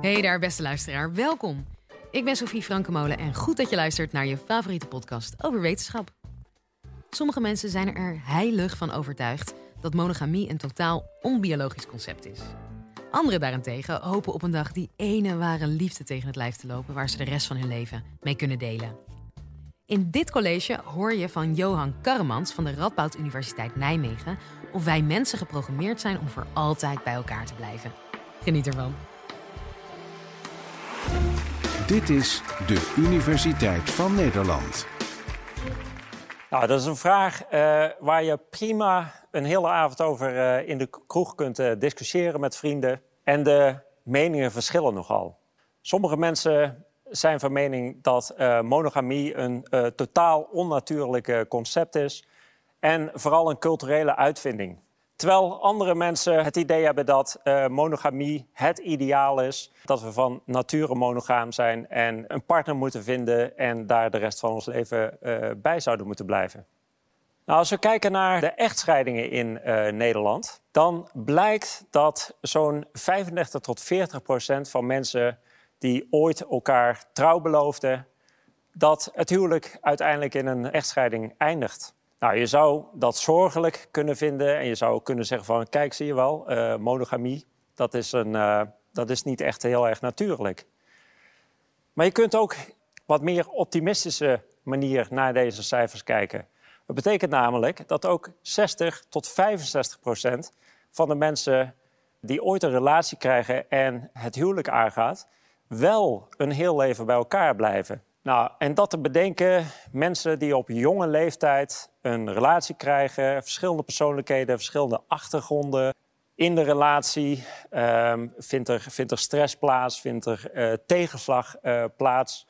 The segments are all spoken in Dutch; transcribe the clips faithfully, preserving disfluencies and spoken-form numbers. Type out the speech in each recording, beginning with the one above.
Hey daar, beste luisteraar. Welkom. Ik ben Sophie Frankemolen en goed dat je luistert naar je favoriete podcast over wetenschap. Sommige mensen zijn er heilig van overtuigd dat monogamie een totaal onbiologisch concept is. Anderen daarentegen hopen op een dag die ene ware liefde tegen het lijf te lopen waar ze de rest van hun leven mee kunnen delen. In dit college hoor je van Johan Karremans van de Radboud Universiteit Nijmegen of wij mensen geprogrammeerd zijn om voor altijd bij elkaar te blijven. Geniet ervan. Dit is de Universiteit van Nederland. Nou, dat is een vraag uh, waar je prima een hele avond over uh, in de kroeg kunt uh, discussiëren met vrienden. En de meningen verschillen nogal. Sommige mensen zijn van mening dat uh, monogamie een uh, totaal onnatuurlijk concept is. En vooral een culturele uitvinding. Terwijl andere mensen het idee hebben dat uh, monogamie het ideaal is. Dat we van nature monogaam zijn en een partner moeten vinden en daar de rest van ons leven uh, bij zouden moeten blijven. Nou, als we kijken naar de echtscheidingen in uh, Nederland, dan blijkt dat zo'n vijfendertig tot veertig procent van mensen die ooit elkaar trouw beloofden, dat het huwelijk uiteindelijk in een echtscheiding eindigt. Nou, je zou dat zorgelijk kunnen vinden en je zou kunnen zeggen van, kijk, zie je wel, uh, monogamie, dat is, een, uh, dat is niet echt heel erg natuurlijk. Maar je kunt ook wat meer optimistische manier naar deze cijfers kijken. Dat betekent namelijk dat ook zestig tot vijfenzestig procent van de mensen die ooit een relatie krijgen en het huwelijk aangaat, wel een heel leven bij elkaar blijven. Nou, en dat te bedenken, mensen die op jonge leeftijd een relatie krijgen, verschillende persoonlijkheden, verschillende achtergronden. In de relatie um, vindt, er, vindt er stress plaats, vindt er uh, tegenslag uh, plaats.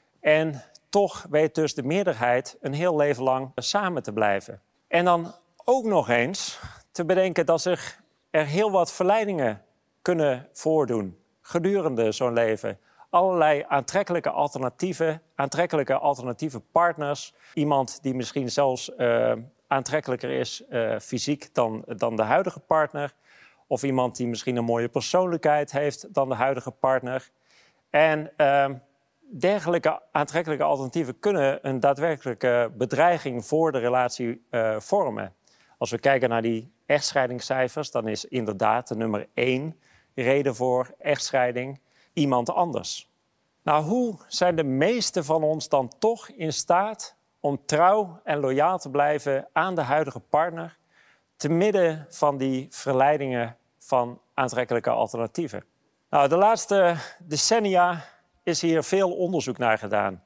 En toch weet dus de meerderheid een heel leven lang samen te blijven. En dan ook nog eens te bedenken dat zich er heel wat verleidingen kunnen voordoen gedurende zo'n leven. Allerlei aantrekkelijke alternatieven, aantrekkelijke alternatieve partners. Iemand die misschien zelfs uh, aantrekkelijker is uh, fysiek dan, dan de huidige partner. Of iemand die misschien een mooie persoonlijkheid heeft dan de huidige partner. En uh, dergelijke aantrekkelijke alternatieven kunnen een daadwerkelijke bedreiging voor de relatie uh, vormen. Als we kijken naar die echtscheidingscijfers, dan is inderdaad de nummer één reden voor echtscheiding iemand anders. Nou, hoe zijn de meesten van ons dan toch in staat om trouw en loyaal te blijven aan de huidige partner, te midden van die verleidingen van aantrekkelijke alternatieven? Nou, de laatste decennia is hier veel onderzoek naar gedaan.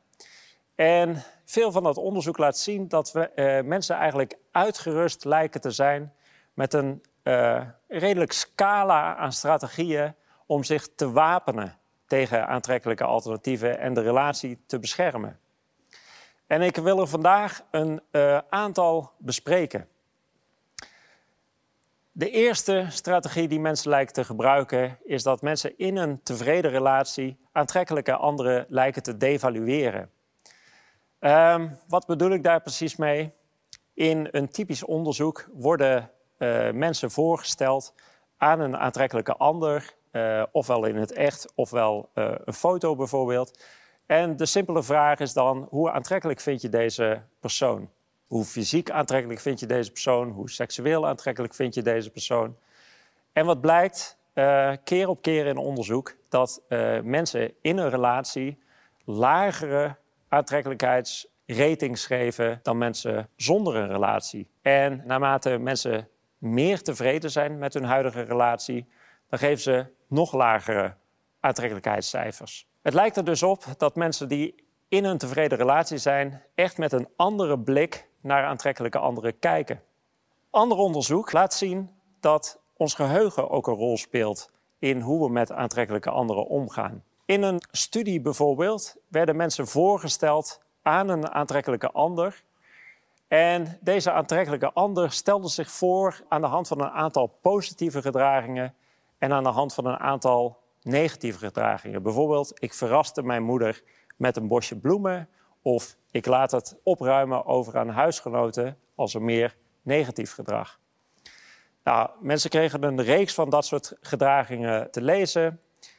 En veel van dat onderzoek laat zien dat we uh, mensen eigenlijk uitgerust lijken te zijn met een uh, redelijk scala aan strategieën om zich te wapenen tegen aantrekkelijke alternatieven en de relatie te beschermen. En ik wil er vandaag een uh, aantal bespreken. De eerste strategie die mensen lijken te gebruiken is dat mensen in een tevreden relatie aantrekkelijke anderen lijken te devalueren. Um, wat bedoel ik daar precies mee? In een typisch onderzoek worden uh, mensen voorgesteld aan een aantrekkelijke ander, Uh, ofwel in het echt, ofwel uh, een foto bijvoorbeeld. En de simpele vraag is dan, hoe aantrekkelijk vind je deze persoon? Hoe fysiek aantrekkelijk vind je deze persoon? Hoe seksueel aantrekkelijk vind je deze persoon? En wat blijkt, uh, keer op keer in onderzoek, dat uh, mensen in een relatie lagere aantrekkelijkheidsratings geven dan mensen zonder een relatie. En naarmate mensen meer tevreden zijn met hun huidige relatie, dan geven ze nog lagere aantrekkelijkheidscijfers. Het lijkt er dus op dat mensen die in een tevreden relatie zijn echt met een andere blik naar aantrekkelijke anderen kijken. Ander onderzoek laat zien dat ons geheugen ook een rol speelt in hoe we met aantrekkelijke anderen omgaan. In een studie bijvoorbeeld werden mensen voorgesteld aan een aantrekkelijke ander. En deze aantrekkelijke ander stelde zich voor aan de hand van een aantal positieve gedragingen en aan de hand van een aantal negatieve gedragingen. Bijvoorbeeld, ik verraste mijn moeder met een bosje bloemen, of ik laat het opruimen over aan huisgenoten als een meer negatief gedrag. Nou, mensen kregen een reeks van dat soort gedragingen te lezen.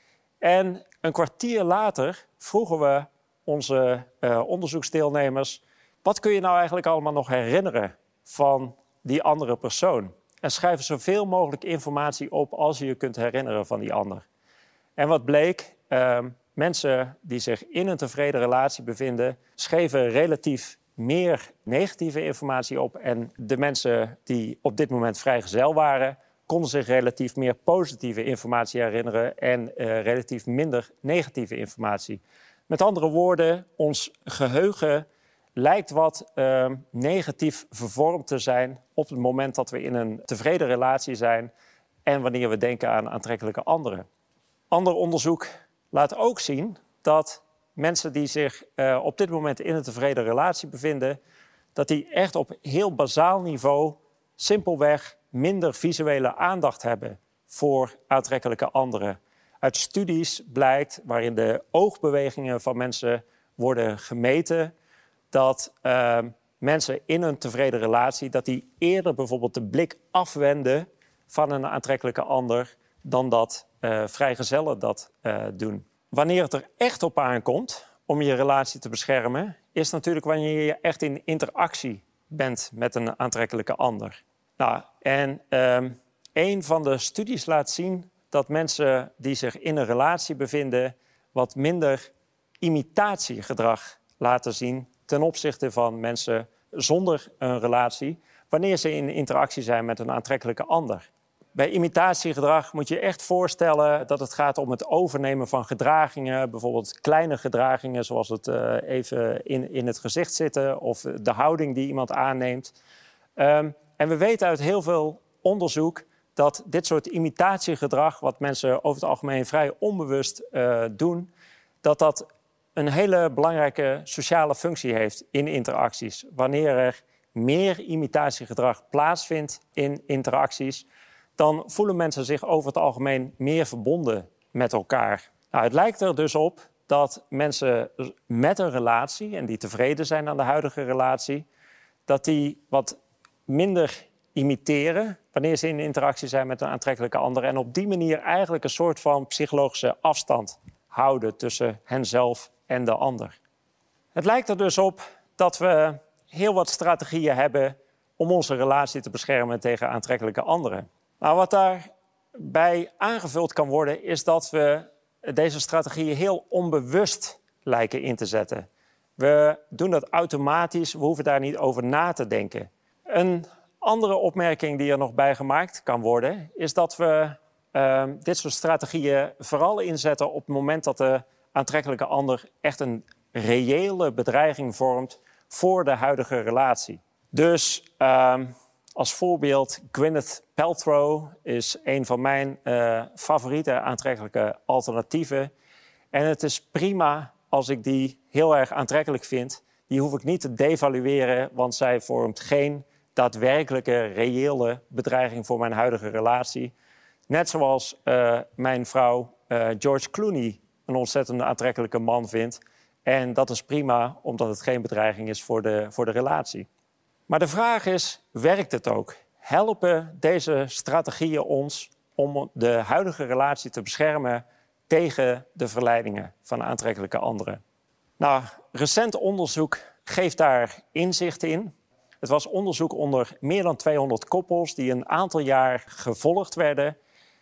En een kwartier later vroegen we onze uh, onderzoeksdeelnemers: wat kun je nou eigenlijk allemaal nog herinneren van die andere persoon? En schrijf zoveel mogelijk informatie op als je je kunt herinneren van die ander. En wat bleek? Uh, mensen die zich in een tevreden relatie bevinden, schreven relatief meer negatieve informatie op. En de mensen die op dit moment vrijgezel waren, konden zich relatief meer positieve informatie herinneren en uh, relatief minder negatieve informatie. Met andere woorden, ons geheugen lijkt wat uh, negatief vervormd te zijn op het moment dat we in een tevreden relatie zijn en wanneer we denken aan aantrekkelijke anderen. Ander onderzoek laat ook zien dat mensen die zich uh, op dit moment in een tevreden relatie bevinden, dat die echt op heel basaal niveau simpelweg minder visuele aandacht hebben voor aantrekkelijke anderen. Uit studies blijkt, waarin de oogbewegingen van mensen worden gemeten, dat uh, mensen in een tevreden relatie, dat die eerder bijvoorbeeld de blik afwenden van een aantrekkelijke ander dan dat uh, vrijgezellen dat uh, doen. Wanneer het er echt op aankomt om je relatie te beschermen, is natuurlijk wanneer je echt in interactie bent met een aantrekkelijke ander. Nou, en um, een van de studies laat zien dat mensen die zich in een relatie bevinden wat minder imitatiegedrag laten zien ten opzichte van mensen zonder een relatie, wanneer ze in interactie zijn met een aantrekkelijke ander. Bij imitatiegedrag moet je echt voorstellen dat het gaat om het overnemen van gedragingen, bijvoorbeeld kleine gedragingen zoals het uh, even in, in het gezicht zitten of de houding die iemand aanneemt. Um, en we weten uit heel veel onderzoek dat dit soort imitatiegedrag, wat mensen over het algemeen vrij onbewust uh, doen, dat dat een hele belangrijke sociale functie heeft in interacties. Wanneer er meer imitatiegedrag plaatsvindt in interacties, dan voelen mensen zich over het algemeen meer verbonden met elkaar. Nou, het lijkt er dus op dat mensen met een relatie, en die tevreden zijn aan de huidige relatie, dat die wat minder imiteren wanneer ze in interactie zijn met een aantrekkelijke ander. En op die manier eigenlijk een soort van psychologische afstand houden tussen henzelf en de ander. Het lijkt er dus op dat we heel wat strategieën hebben om onze relatie te beschermen tegen aantrekkelijke anderen. Nou, wat daarbij aangevuld kan worden, is dat we deze strategieën heel onbewust lijken in te zetten. We doen dat automatisch, we hoeven daar niet over na te denken. Een andere opmerking die er nog bij gemaakt kan worden, is dat we uh, dit soort strategieën vooral inzetten op het moment dat de aantrekkelijke ander echt een reële bedreiging vormt voor de huidige relatie. Dus uh, als voorbeeld, Gwyneth Paltrow is een van mijn uh, favoriete aantrekkelijke alternatieven. En het is prima als ik die heel erg aantrekkelijk vind. Die hoef ik niet te devalueren, want zij vormt geen daadwerkelijke, reële bedreiging voor mijn huidige relatie. Net zoals uh, mijn vrouw uh, George Clooney een ontzettend aantrekkelijke man vindt. En dat is prima, omdat het geen bedreiging is voor de, voor de relatie. Maar de vraag is, werkt het ook? Helpen deze strategieën ons om de huidige relatie te beschermen tegen de verleidingen van aantrekkelijke anderen? Nou, recent onderzoek geeft daar inzicht in. Het was onderzoek onder meer dan tweehonderd koppels die een aantal jaar gevolgd werden.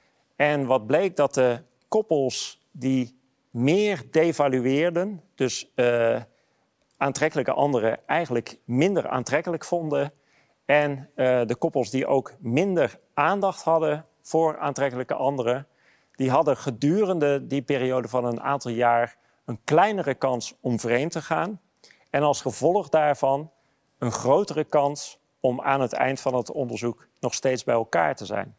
En wat bleek, dat de koppels die meer devalueerden, dus uh, aantrekkelijke anderen eigenlijk minder aantrekkelijk vonden, en uh, de koppels die ook minder aandacht hadden voor aantrekkelijke anderen, die hadden gedurende die periode van een aantal jaar een kleinere kans om vreemd te gaan. En als gevolg daarvan een grotere kans om aan het eind van het onderzoek nog steeds bij elkaar te zijn.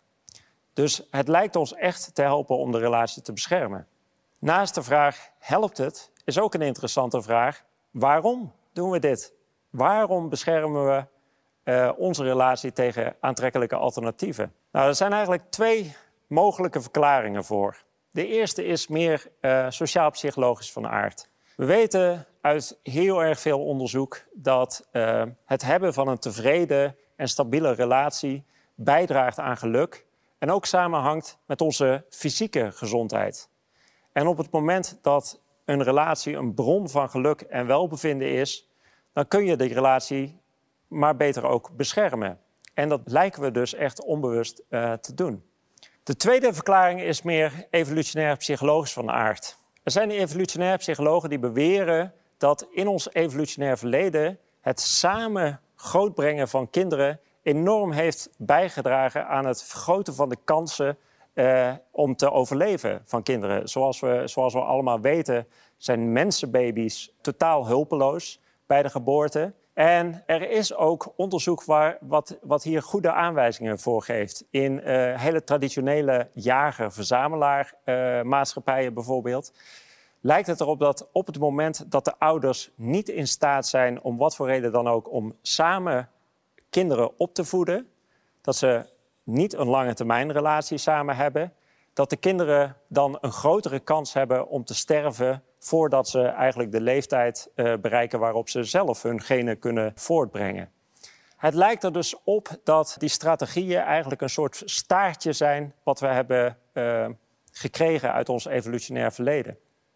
Dus het lijkt ons echt te helpen om de relatie te beschermen. Naast de vraag, helpt het, is ook een interessante vraag. Waarom doen we dit? Waarom beschermen we uh, onze relatie tegen aantrekkelijke alternatieven? Nou, er zijn eigenlijk twee mogelijke verklaringen voor. De eerste is meer uh, sociaal-psychologisch van aard. We weten uit heel erg veel onderzoek dat uh, het hebben van een tevreden en stabiele relatie bijdraagt aan geluk en ook samenhangt met onze fysieke gezondheid. En op het moment dat een relatie een bron van geluk en welbevinden is, dan kun je die relatie maar beter ook beschermen. En dat lijken we dus echt onbewust uh, te doen. De tweede verklaring is meer evolutionair psychologisch van aard. Er zijn evolutionair psychologen die beweren dat in ons evolutionair verleden het samen grootbrengen van kinderen enorm heeft bijgedragen aan het vergroten van de kansen uh, om te overleven van kinderen. Zoals we, zoals we allemaal weten zijn mensenbaby's totaal hulpeloos bij de geboorte. En er is ook onderzoek waar, wat, wat hier goede aanwijzingen voor geeft. In uh, hele traditionele jager-verzamelaar uh, maatschappijen bijvoorbeeld lijkt het erop dat op het moment dat de ouders niet in staat zijn, om wat voor reden dan ook, om samen kinderen op te voeden, dat ze niet een lange termijn relatie samen hebben, dat de kinderen dan een grotere kans hebben om te sterven voordat ze eigenlijk de leeftijd uh, bereiken waarop ze zelf hun genen kunnen voortbrengen. Het lijkt er dus op dat die strategieën eigenlijk een soort staartje zijn wat we hebben uh, gekregen uit ons evolutionair verleden.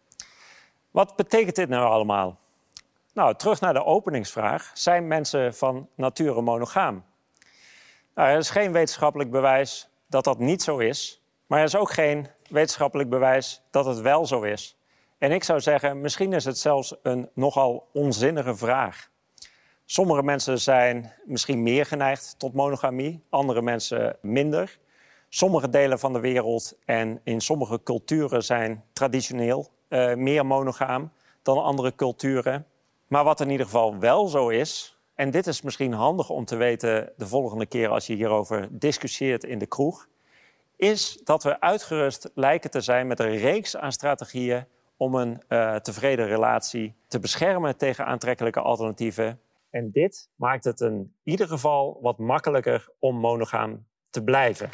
Wat betekent dit nou allemaal? Nou, terug naar de openingsvraag. Zijn mensen van nature monogaam? Nou, er is geen wetenschappelijk bewijs dat dat niet zo is. Maar er is ook geen wetenschappelijk bewijs dat het wel zo is. En ik zou zeggen, misschien is het zelfs een nogal onzinnige vraag. Sommige mensen zijn misschien meer geneigd tot monogamie, andere mensen minder. Sommige delen van de wereld en in sommige culturen zijn traditioneel uh, meer monogaam dan andere culturen. Maar wat in ieder geval wel zo is, en dit is misschien handig om te weten de volgende keer als je hierover discussieert in de kroeg, is dat we uitgerust lijken te zijn met een reeks aan strategieën om een uh, tevreden relatie te beschermen tegen aantrekkelijke alternatieven. En dit maakt het in ieder geval wat makkelijker om monogaam te blijven.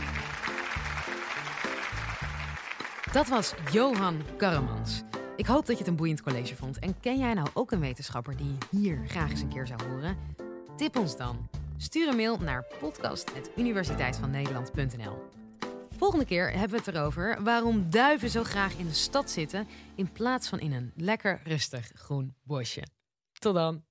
Dat was Johan Karremans. Ik hoop dat je het een boeiend college vond. En ken jij nou ook een wetenschapper die je hier graag eens een keer zou horen? Tip ons dan. Stuur een mail naar podcast apenstaartje universiteit van nederland punt n l. Volgende keer hebben we het erover waarom duiven zo graag in de stad zitten in plaats van in een lekker rustig groen bosje. Tot dan!